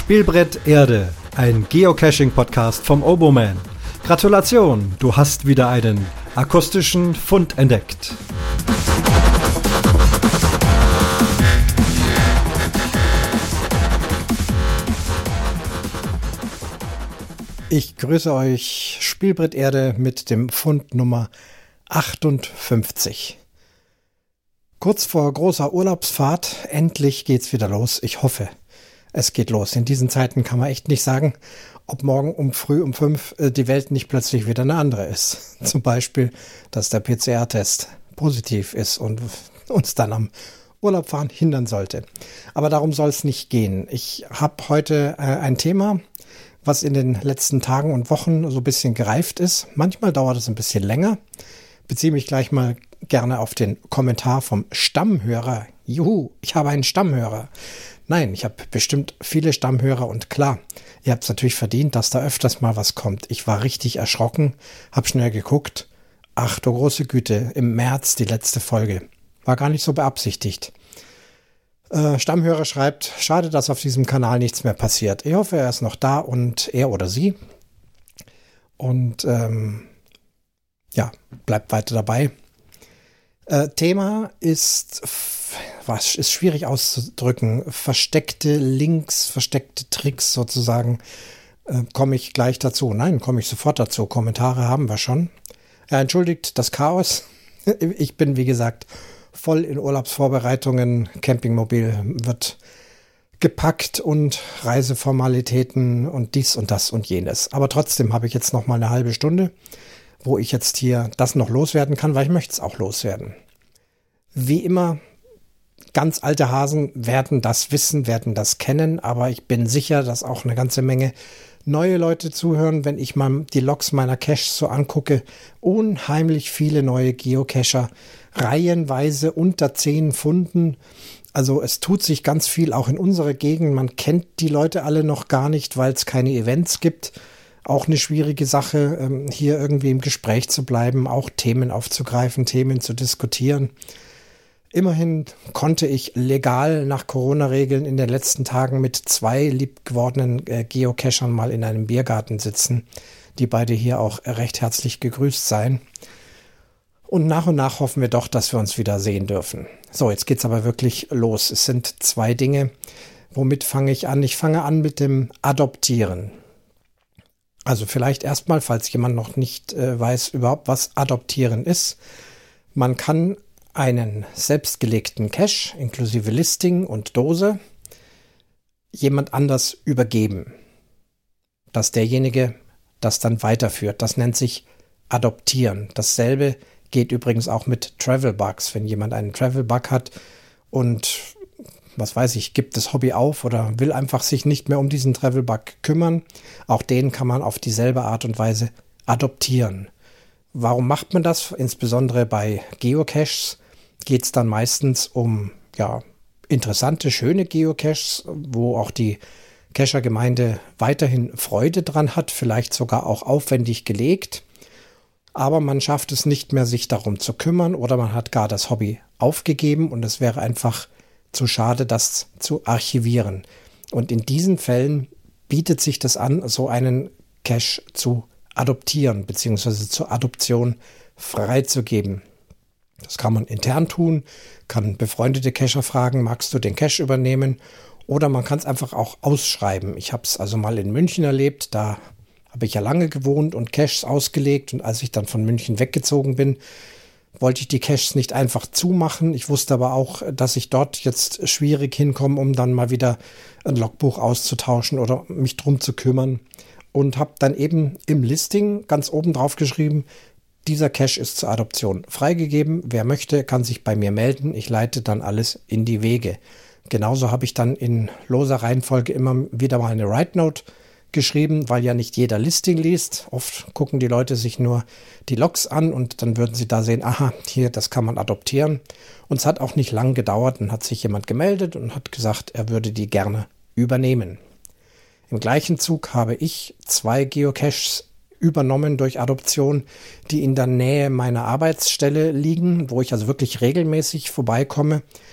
Spielbrett Erde, ein Geocaching-Podcast vom Oboman. Gratulation, du hast wieder einen akustischen Fund entdeckt. Ich grüße euch, Spielbrett Erde mit dem Fund Nummer 58. Kurz vor großer Urlaubsfahrt, endlich geht's wieder los. Ich hoffe, es geht los. In diesen Zeiten kann man echt nicht sagen, ob morgen früh um 5 die Welt nicht plötzlich wieder eine andere ist. Zum Beispiel, dass der PCR-Test positiv ist und uns dann am Urlaubfahren hindern sollte. Aber darum soll es nicht gehen. Ich habe heute ein Thema, was in den letzten Tagen und Wochen so ein bisschen gereift ist. Manchmal dauert es ein bisschen länger. Beziehe mich gleich mal gerne auf den Kommentar vom Stammhörer. Juhu, ich habe einen Stammhörer. Nein, ich habe bestimmt viele Stammhörer und klar, ihr habt es natürlich verdient, dass da öfters mal was kommt. Ich war richtig erschrocken, habe schnell geguckt. Ach du große Güte, im März die letzte Folge. War gar nicht so beabsichtigt. Stammhörer schreibt, schade, dass auf diesem Kanal nichts mehr passiert. Ich hoffe, er ist noch da und er oder sie. Und ja, bleibt weiter dabei. Thema ist, was ist schwierig auszudrücken, versteckte Links, versteckte Tricks sozusagen. Komme ich gleich dazu? Nein, komme ich sofort dazu. Kommentare haben wir schon. Ja, entschuldigt das Chaos. Ich bin, wie gesagt, voll in Urlaubsvorbereitungen. Campingmobil wird gepackt und Reiseformalitäten und dies und das und jenes. Aber trotzdem habe ich jetzt noch mal eine halbe Stunde, wo ich jetzt hier das noch loswerden kann, weil ich möchte es auch loswerden. Wie immer, ganz alte Hasen werden das wissen, werden das kennen, aber ich bin sicher, dass auch eine ganze Menge neue Leute zuhören, wenn ich mal die Logs meiner Caches so angucke. Unheimlich viele neue Geocacher, reihenweise unter 10 Funden. Also es tut sich ganz viel auch in unserer Gegend. Man kennt die Leute alle noch gar nicht, weil es keine Events gibt. Auch eine schwierige Sache, hier irgendwie im Gespräch zu bleiben, auch Themen aufzugreifen, Themen zu diskutieren. Immerhin konnte ich legal nach Corona-Regeln in den letzten Tagen mit 2 liebgewordenen Geocachern mal in einem Biergarten sitzen, die beide hier auch recht herzlich gegrüßt seien. Und nach hoffen wir doch, dass wir uns wieder sehen dürfen. So, jetzt geht's aber wirklich los. Es sind 2 Dinge. Womit fange ich an? Ich fange an mit dem Adoptieren. Also vielleicht erstmal, falls jemand noch nicht weiß überhaupt, was Adoptieren ist. Man kann einen selbstgelegten Cache inklusive Listing und Dose jemand anders übergeben. Dass derjenige das dann weiterführt. Das nennt sich Adoptieren. Dasselbe geht übrigens auch mit Travel-Bugs. Wenn jemand einen Travel-Bug hat und was weiß ich, gibt das Hobby auf oder will einfach sich nicht mehr um diesen Travel-Bug kümmern. Auch den kann man auf dieselbe Art und Weise adoptieren. Warum macht man das? Insbesondere bei Geocaches geht es dann meistens um interessante, schöne Geocaches, wo auch die Cacher-Gemeinde weiterhin Freude dran hat, vielleicht sogar auch aufwendig gelegt. Aber man schafft es nicht mehr, sich darum zu kümmern oder man hat gar das Hobby aufgegeben und es wäre einfach zu schade, das zu archivieren. Und in diesen Fällen bietet sich das an, so einen Cache zu adoptieren, beziehungsweise zur Adoption freizugeben. Das kann man intern tun, kann befreundete Cacher fragen, magst du den Cache übernehmen? Oder man kann es einfach auch ausschreiben. Ich habe es also mal in München erlebt, da habe ich ja lange gewohnt und Caches ausgelegt. Und als ich dann von München weggezogen bin, wollte ich die Caches nicht einfach zumachen. Ich wusste aber auch, dass ich dort jetzt schwierig hinkomme, um dann mal wieder ein Logbuch auszutauschen oder mich drum zu kümmern. Und habe dann eben im Listing ganz oben drauf geschrieben, dieser Cache ist zur Adoption freigegeben. Wer möchte, kann sich bei mir melden. Ich leite dann alles in die Wege. Genauso habe ich dann in loser Reihenfolge immer wieder mal eine Write Note geschrieben, weil ja nicht jeder Listing liest. Oft gucken die Leute sich nur die Logs an und dann würden sie da sehen, aha, hier, das kann man adoptieren. Und es hat auch nicht lang gedauert, dann hat sich jemand gemeldet und hat gesagt, er würde die gerne übernehmen. Im gleichen Zug habe ich 2 Geocaches übernommen durch Adoption, die in der Nähe meiner Arbeitsstelle liegen, wo ich also wirklich regelmäßig vorbeikomme.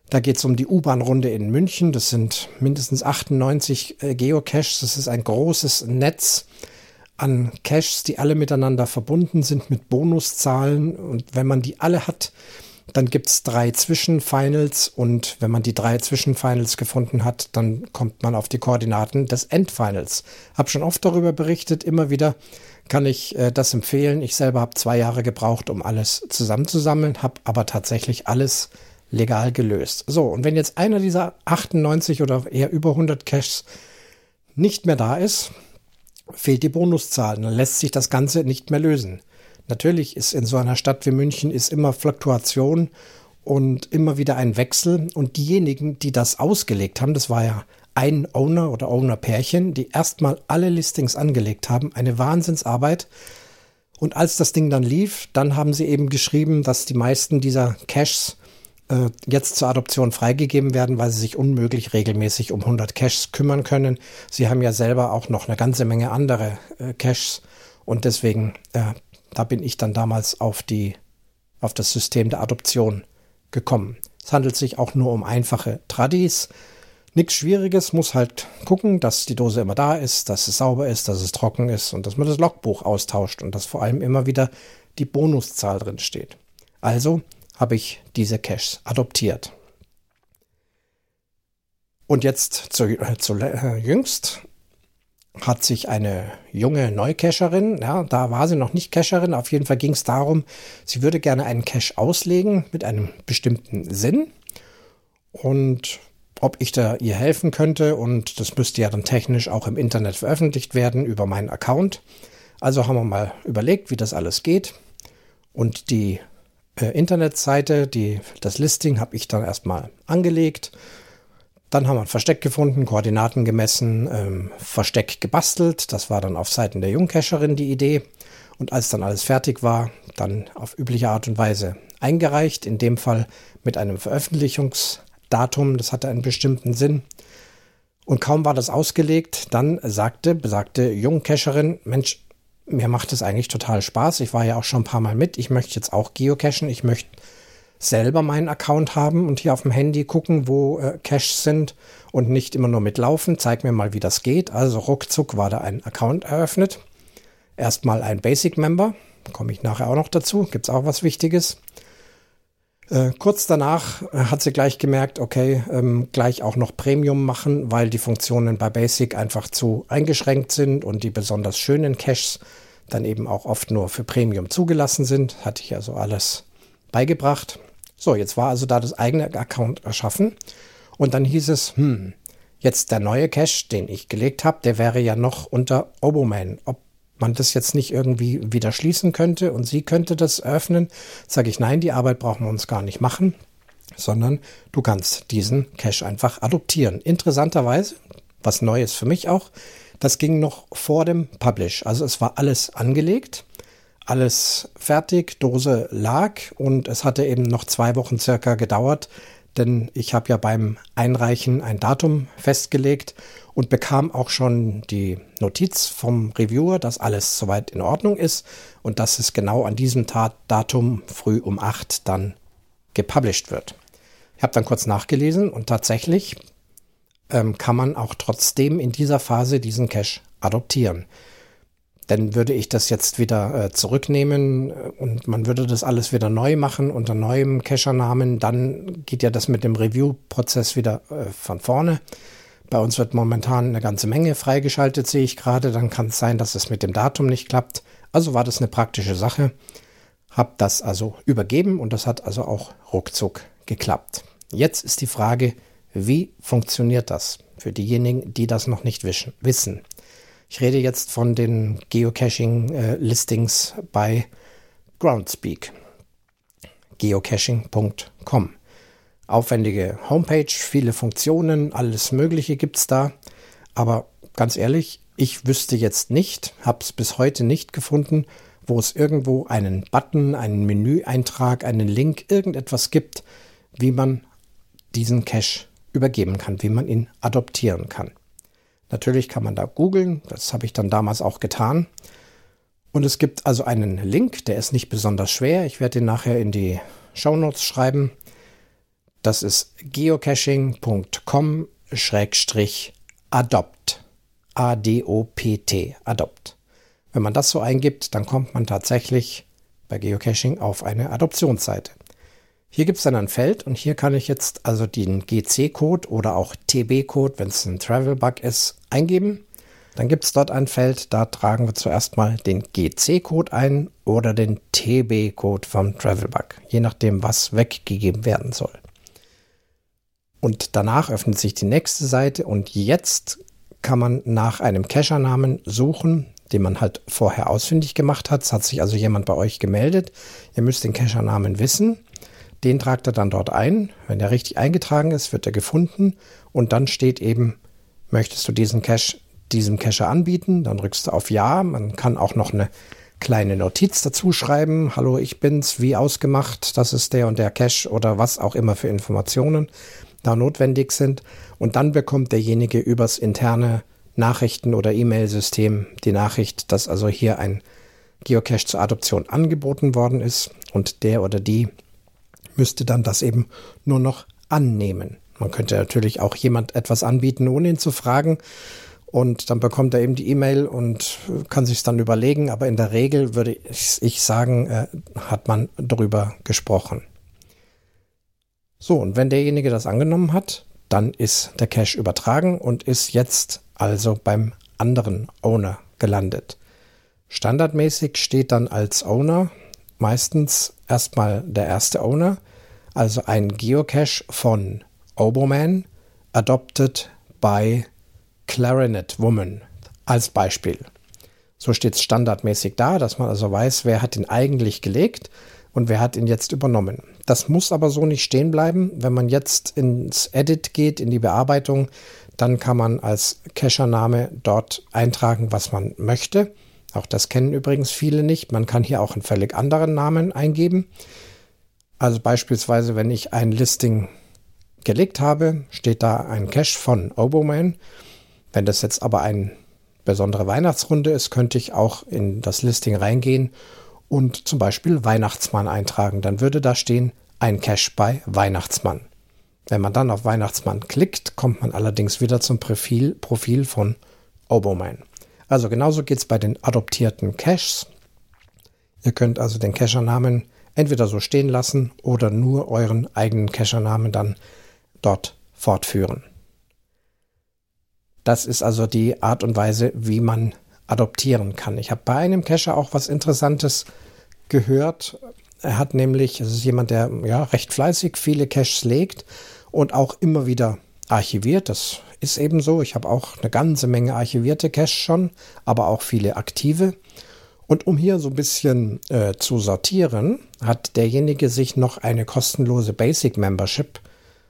Da geht es um die U-Bahn-Runde in München. Das sind mindestens 98 Geocaches. Das ist ein großes Netz an Caches, die alle miteinander verbunden sind mit Bonuszahlen. Und wenn man die alle hat, dann gibt es 3 Zwischenfinals. Und wenn man die 3 Zwischenfinals gefunden hat, dann kommt man auf die Koordinaten des Endfinals. Hab schon oft darüber berichtet, immer wieder kann ich das empfehlen. Ich selber habe 2 Jahre gebraucht, um alles zusammenzusammeln, habe aber tatsächlich alles legal gelöst. So, und wenn jetzt einer dieser 98 oder eher über 100 Caches nicht mehr da ist, fehlt die Bonuszahl, dann lässt sich das Ganze nicht mehr lösen. Natürlich ist in so einer Stadt wie München ist immer Fluktuation und immer wieder ein Wechsel. Und diejenigen, die das ausgelegt haben, das war ja ein Owner oder Owner-Pärchen, die erstmal alle Listings angelegt haben, eine Wahnsinnsarbeit. Und als das Ding dann lief, dann haben sie eben geschrieben, dass die meisten dieser Caches jetzt zur Adoption freigegeben werden, weil sie sich unmöglich regelmäßig um 100 Caches kümmern können. Sie haben ja selber auch noch eine ganze Menge andere Caches und deswegen, da bin ich dann damals auf das System der Adoption gekommen. Es handelt sich auch nur um einfache Tradis. Nichts Schwieriges, muss halt gucken, dass die Dose immer da ist, dass es sauber ist, dass es trocken ist und dass man das Logbuch austauscht und dass vor allem immer wieder die Bonuszahl drin steht. Also habe ich diese Caches adoptiert. Und jetzt jüngst hat sich eine junge Neucacherin, ja, da war sie noch nicht Cacherin, auf jeden Fall ging es darum, sie würde gerne einen Cache auslegen mit einem bestimmten Sinn und ob ich da ihr helfen könnte und das müsste ja dann technisch auch im Internet veröffentlicht werden über meinen Account. Also haben wir mal überlegt, wie das alles geht und die Internetseite, das Listing habe ich dann erstmal angelegt. Dann haben wir ein Versteck gefunden, Koordinaten gemessen, Versteck gebastelt. Das war dann auf Seiten der Jungcacherin die Idee. Und als dann alles fertig war, dann auf übliche Art und Weise eingereicht. In dem Fall mit einem Veröffentlichungsdatum. Das hatte einen bestimmten Sinn. Und kaum war das ausgelegt, dann sagte besagte Jungcacherin, Mensch, mir macht es eigentlich total Spaß. Ich war ja auch schon ein paar Mal mit. Ich möchte jetzt auch geocachen. Ich möchte selber meinen Account haben und hier auf dem Handy gucken, wo Caches sind und nicht immer nur mitlaufen. Zeig mir mal, wie das geht. Also ruckzuck war da ein Account eröffnet. Erstmal ein Basic-Member. Komme ich nachher auch noch dazu. Gibt es auch was Wichtiges. Kurz danach hat sie gleich gemerkt, okay, gleich auch noch Premium machen, weil die Funktionen bei Basic einfach zu eingeschränkt sind und die besonders schönen Caches dann eben auch oft nur für Premium zugelassen sind. Hatte ich also alles beigebracht. So, jetzt war also da das eigene Account erschaffen und dann hieß es, jetzt der neue Cache, den ich gelegt habe, der wäre ja noch unter Oboman. Ob man das jetzt nicht irgendwie wieder schließen könnte und sie könnte das öffnen, sage ich, nein, die Arbeit brauchen wir uns gar nicht machen, sondern du kannst diesen Cache einfach adoptieren. Interessanterweise, was Neues für mich auch, das ging noch vor dem Publish. Also es war alles angelegt, alles fertig, Dose lag und es hatte eben noch 2 Wochen circa gedauert, denn ich habe ja beim Einreichen ein Datum festgelegt und bekam auch schon die Notiz vom Reviewer, dass alles soweit in Ordnung ist und dass es genau an diesem Datum früh um 8 dann gepublished wird. Ich habe dann kurz nachgelesen und tatsächlich kann man auch trotzdem in dieser Phase diesen Cache adoptieren. Denn würde ich das jetzt wieder zurücknehmen und man würde das alles wieder neu machen unter neuem Cachernamen, dann geht ja das mit dem Review-Prozess wieder von vorne. Bei uns wird momentan eine ganze Menge freigeschaltet, sehe ich gerade. Dann kann es sein, dass es mit dem Datum nicht klappt. Also war das eine praktische Sache. Hab das also übergeben und das hat also auch ruckzuck geklappt. Jetzt ist die Frage, wie funktioniert das für diejenigen, die das noch nicht wissen? Ich rede jetzt von den Geocaching-Listings bei Groundspeak. Geocaching.com. Aufwendige Homepage, viele Funktionen, alles Mögliche gibt's da. Aber ganz ehrlich, ich wüsste jetzt nicht, habe es bis heute nicht gefunden, wo es irgendwo einen Button, einen Menüeintrag, einen Link, irgendetwas gibt, wie man diesen Cache übergeben kann, wie man ihn adoptieren kann. Natürlich kann man da googeln, das habe ich dann damals auch getan. Und es gibt also einen Link, der ist nicht besonders schwer. Ich werde ihn nachher in die Shownotes schreiben. Das ist geocaching.com/adopt. A-D-O-P-T. Adopt. Wenn man das so eingibt, dann kommt man tatsächlich bei Geocaching auf eine Adoptionsseite. Hier gibt es dann ein Feld und hier kann ich jetzt also den GC-Code oder auch TB-Code, wenn es ein Travel-Bug ist, eingeben. Dann gibt es dort ein Feld, da tragen wir zuerst mal den GC-Code ein oder den TB-Code vom Travel-Bug, je nachdem, was weggegeben werden soll. Und danach öffnet sich die nächste Seite und jetzt kann man nach einem Cacher-Namen suchen, den man halt vorher ausfindig gemacht hat. Es hat sich also jemand bei euch gemeldet. Ihr müsst den Cacher-Namen wissen. Den tragt er dann dort ein. Wenn der richtig eingetragen ist, wird er gefunden. Und dann steht eben, möchtest du diesen Cache diesem Cacher anbieten? Dann drückst du auf Ja. Man kann auch noch eine kleine Notiz dazu schreiben. Hallo, ich bin's, wie ausgemacht. Das ist der und der Cache oder was auch immer für Informationen da notwendig sind. Und dann bekommt derjenige übers interne Nachrichten- oder E-Mail-System die Nachricht, dass also hier ein Geocache zur Adoption angeboten worden ist und der oder die müsste dann das eben nur noch annehmen. Man könnte natürlich auch jemand etwas anbieten, ohne ihn zu fragen und dann bekommt er eben die E-Mail und kann sich es dann überlegen, aber in der Regel würde ich sagen, hat man darüber gesprochen. So, und wenn derjenige das angenommen hat, dann ist der Cache übertragen und ist jetzt also beim anderen Owner gelandet. Standardmäßig steht dann als Owner meistens erstmal der erste Owner, also ein Geocache von Oboman, adopted by Clarinet Woman als Beispiel. So steht es standardmäßig da, dass man also weiß, wer hat ihn eigentlich gelegt und wer hat ihn jetzt übernommen. Das muss aber so nicht stehen bleiben. Wenn man jetzt ins Edit geht, in die Bearbeitung, dann kann man als Cachername dort eintragen, was man möchte. Auch das kennen übrigens viele nicht. Man kann hier auch einen völlig anderen Namen eingeben. Also beispielsweise, wenn ich ein Listing gelegt habe, steht da ein Cache von Oboman. Wenn das jetzt aber eine besondere Weihnachtsrunde ist, könnte ich auch in das Listing reingehen und zum Beispiel Weihnachtsmann eintragen. Dann würde da stehen, ein Cache bei Weihnachtsmann. Wenn man dann auf Weihnachtsmann klickt, kommt man allerdings wieder zum Profil von Oboman. Also genauso geht es bei den adoptierten Caches. Ihr könnt also den Cachernamen entweder so stehen lassen oder nur euren eigenen Cachernamen dann dort fortführen. Das ist also die Art und Weise, wie man adoptieren kann. Ich habe bei einem Cacher auch was Interessantes gehört. Er hat nämlich, es ist jemand, der recht fleißig viele Caches legt und auch immer wieder archiviert. Das ist eben so. Ich habe auch eine ganze Menge archivierte Caches schon, aber auch viele aktive. Und um hier so ein bisschen zu sortieren, hat derjenige sich noch eine kostenlose Basic Membership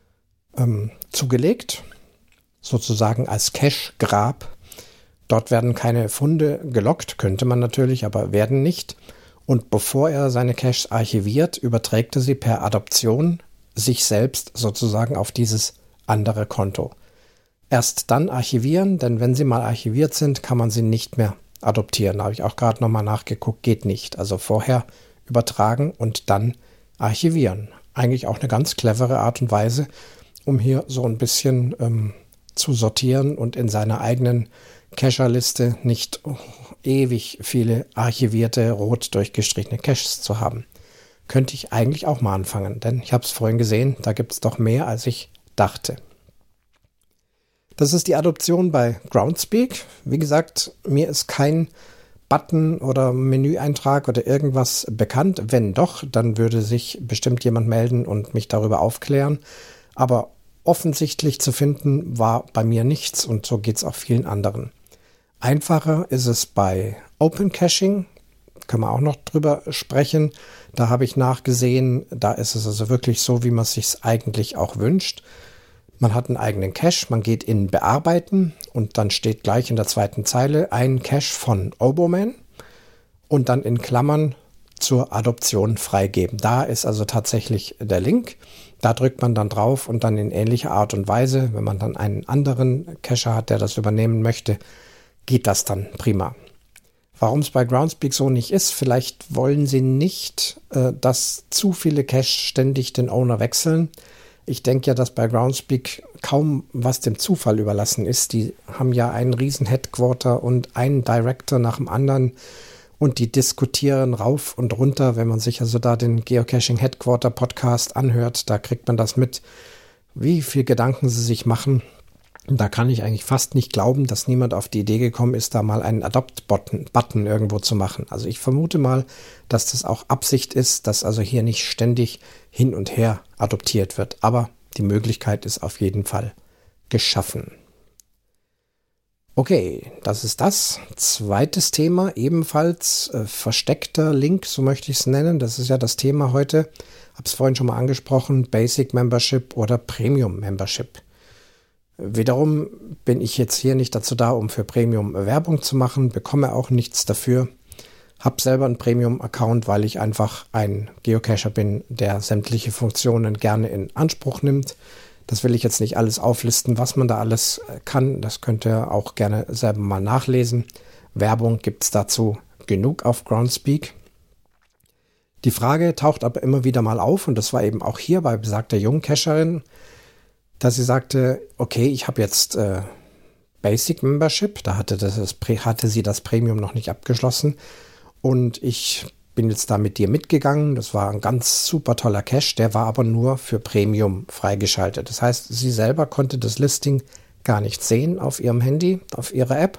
zugelegt, sozusagen als Cache-Grab. Dort werden keine Funde gelockt, könnte man natürlich, aber werden nicht. Und bevor er seine Caches archiviert, überträgt er sie per Adoption sich selbst sozusagen auf dieses andere Konto. Erst dann archivieren, denn wenn sie mal archiviert sind, kann man sie nicht mehr adoptieren. Da habe ich auch gerade nochmal nachgeguckt, geht nicht. Also vorher übertragen und dann archivieren. Eigentlich auch eine ganz clevere Art und Weise, um hier so ein bisschen zu sortieren und in seiner eigenen Cacherliste nicht ewig viele archivierte, rot durchgestrichene Caches zu haben. Könnte ich eigentlich auch mal anfangen, denn ich habe es vorhin gesehen, da gibt es doch mehr, als ich dachte. Das ist die Adoption bei Groundspeak. Wie gesagt, mir ist kein Button oder Menüeintrag oder irgendwas bekannt. Wenn doch, dann würde sich bestimmt jemand melden und mich darüber aufklären. Aber offensichtlich zu finden war bei mir nichts und so geht es auch vielen anderen. Einfacher ist es bei Open Caching, können wir auch noch drüber sprechen. Da habe ich nachgesehen, da ist es also wirklich so, wie man es sich eigentlich auch wünscht. Man hat einen eigenen Cache, man geht in Bearbeiten und dann steht gleich in der zweiten Zeile ein Cache von Oboman und dann in Klammern zur Adoption freigeben. Da ist also tatsächlich der Link. Da drückt man dann drauf und dann in ähnlicher Art und Weise, wenn man dann einen anderen Cacher hat, der das übernehmen möchte, geht das dann prima. Warum es bei Groundspeak so nicht ist, vielleicht wollen sie nicht, dass zu viele Caches ständig den Owner wechseln. Ich denke ja, dass bei Groundspeak kaum was dem Zufall überlassen ist. Die haben ja einen riesen Headquarter und einen Director nach dem anderen und die diskutieren rauf und runter. Wenn man sich also da den Geocaching Headquarter Podcast anhört, da kriegt man das mit, wie viel Gedanken sie sich machen. Und da kann ich eigentlich fast nicht glauben, dass niemand auf die Idee gekommen ist, da mal einen Adopt-Button irgendwo zu machen. Also ich vermute mal, dass das auch Absicht ist, dass also hier nicht ständig hin und her adoptiert wird. Aber die Möglichkeit ist auf jeden Fall geschaffen. Okay, das ist das. Zweites Thema, ebenfalls versteckter Link, so möchte ich es nennen. Das ist ja das Thema heute. Habe es vorhin schon mal angesprochen, Basic Membership oder Premium Membership. Wiederum bin ich jetzt hier nicht dazu da, um für Premium Werbung zu machen, bekomme auch nichts dafür. Hab selber einen Premium-Account, weil ich einfach ein Geocacher bin, der sämtliche Funktionen gerne in Anspruch nimmt. Das will ich jetzt nicht alles auflisten, was man da alles kann. Das könnt ihr auch gerne selber mal nachlesen. Werbung gibt es dazu genug auf Groundspeak. Die Frage taucht aber immer wieder mal auf, und das war eben auch hier bei besagter Jungcacherin, dass sie sagte, okay, ich habe jetzt Basic Membership, da hatte sie das Premium noch nicht abgeschlossen und ich bin jetzt da mit dir mitgegangen. Das war ein ganz super toller Cache, der war aber nur für Premium freigeschaltet. Das heißt, sie selber konnte das Listing gar nicht sehen auf ihrem Handy, auf ihrer App,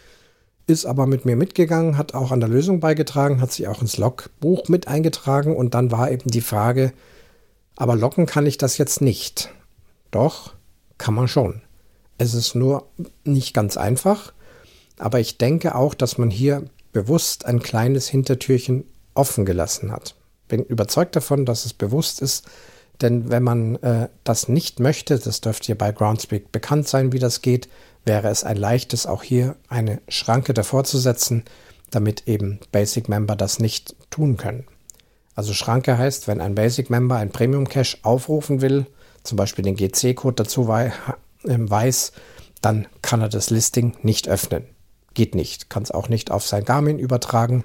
ist aber mit mir mitgegangen, hat auch an der Lösung beigetragen, hat sich auch ins Logbuch mit eingetragen und dann war eben die Frage, aber loggen kann ich das jetzt nicht. Doch, kann man schon. Es ist nur nicht ganz einfach, aber ich denke auch, dass man hier bewusst ein kleines Hintertürchen offen gelassen hat. Bin überzeugt davon, dass es bewusst ist, denn wenn man das nicht möchte, das dürfte ja bei Groundspeak bekannt sein, wie das geht, wäre es ein leichtes, auch hier eine Schranke davor zu setzen, damit eben Basic Member das nicht tun können. Also Schranke heißt, wenn ein Basic Member ein Premium Cache aufrufen will, zum Beispiel den GC-Code dazu weiß, dann kann er das Listing nicht öffnen. Geht nicht. Kann es auch nicht auf sein Garmin übertragen.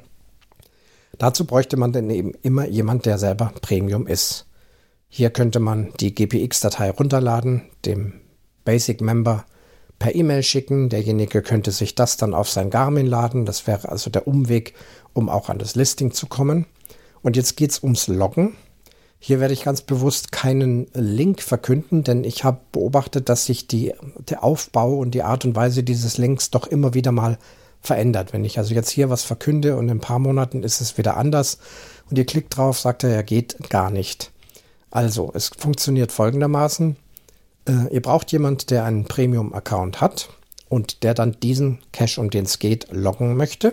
Dazu bräuchte man dann eben immer jemand, der selber Premium ist. Hier könnte man die GPX-Datei runterladen, dem Basic Member per E-Mail schicken. Derjenige könnte sich das dann auf sein Garmin laden. Das wäre also der Umweg, um auch an das Listing zu kommen. Und jetzt geht es ums Loggen. Hier werde ich ganz bewusst keinen Link verkünden, denn ich habe beobachtet, dass sich der Aufbau und die Art und Weise dieses Links doch immer wieder mal verändert. Wenn ich also jetzt hier was verkünde und in ein paar Monaten ist es wieder anders und ihr klickt drauf, sagt er, ja, geht gar nicht. Also, es funktioniert folgendermaßen. Ihr braucht jemand, der einen Premium-Account hat und der dann diesen Cache, um den es geht, loggen möchte.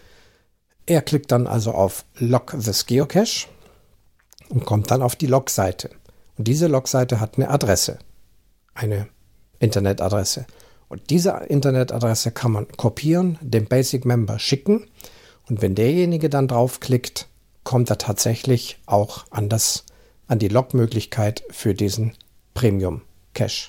Er klickt dann also auf Log this Geocache und kommt dann auf die Log-Seite. Und diese Log-Seite hat eine Adresse, eine Internetadresse. Und diese Internetadresse kann man kopieren, dem Basic Member schicken. Und wenn derjenige dann draufklickt, kommt er tatsächlich auch an die Log-Möglichkeit für diesen Premium-Cache.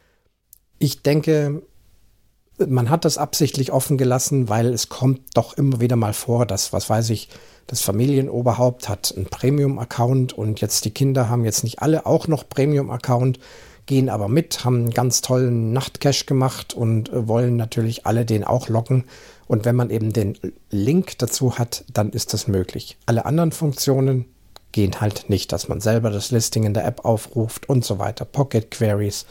Ich denke, man hat das absichtlich offen gelassen, weil es kommt doch immer wieder mal vor, dass, was weiß ich, das Familienoberhaupt hat einen Premium-Account und jetzt die Kinder haben jetzt nicht alle auch noch Premium-Account, gehen aber mit, haben einen ganz tollen Nachtcache gemacht und wollen natürlich alle den auch loggen. Und wenn man eben den Link dazu hat, dann ist das möglich. Alle anderen Funktionen gehen halt nicht, dass man selber das Listing in der App aufruft und so weiter. Pocket Queries,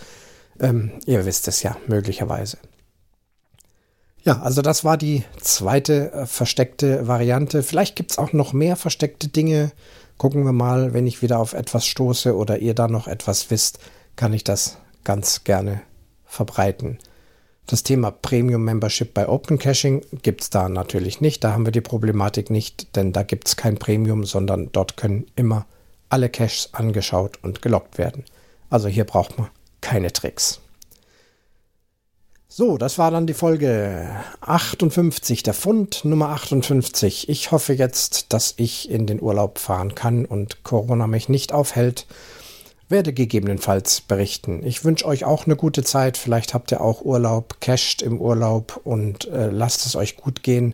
ihr wisst es ja möglicherweise. Ja, also das war die zweite versteckte Variante. Vielleicht gibt es auch noch mehr versteckte Dinge. Gucken wir mal, wenn ich wieder auf etwas stoße oder ihr da noch etwas wisst, kann ich das ganz gerne verbreiten. Das Thema Premium Membership bei Open Caching gibt es da natürlich nicht. Da haben wir die Problematik nicht, denn da gibt es kein Premium, sondern dort können immer alle Caches angeschaut und geloggt werden. Also hier braucht man keine Tricks. So, das war dann die Folge 58, der Fund Nummer 58. Ich hoffe jetzt, dass ich in den Urlaub fahren kann und Corona mich nicht aufhält. Werde gegebenenfalls berichten. Ich wünsche euch auch eine gute Zeit. Vielleicht habt ihr auch Urlaub, cached im Urlaub und lasst es euch gut gehen.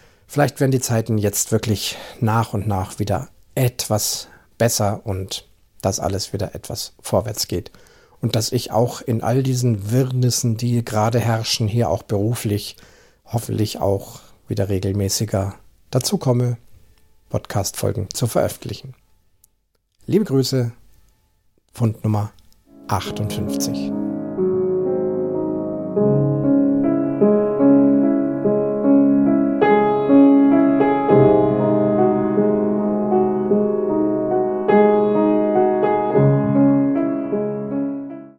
Vielleicht werden die Zeiten jetzt wirklich nach und nach wieder etwas besser und dass alles wieder etwas vorwärts geht. Und dass ich auch in all diesen Wirrnissen, die gerade herrschen, hier auch beruflich, hoffentlich auch wieder regelmäßiger dazu komme, Podcast-Folgen zu veröffentlichen. Liebe Grüße, Fund Nummer 58.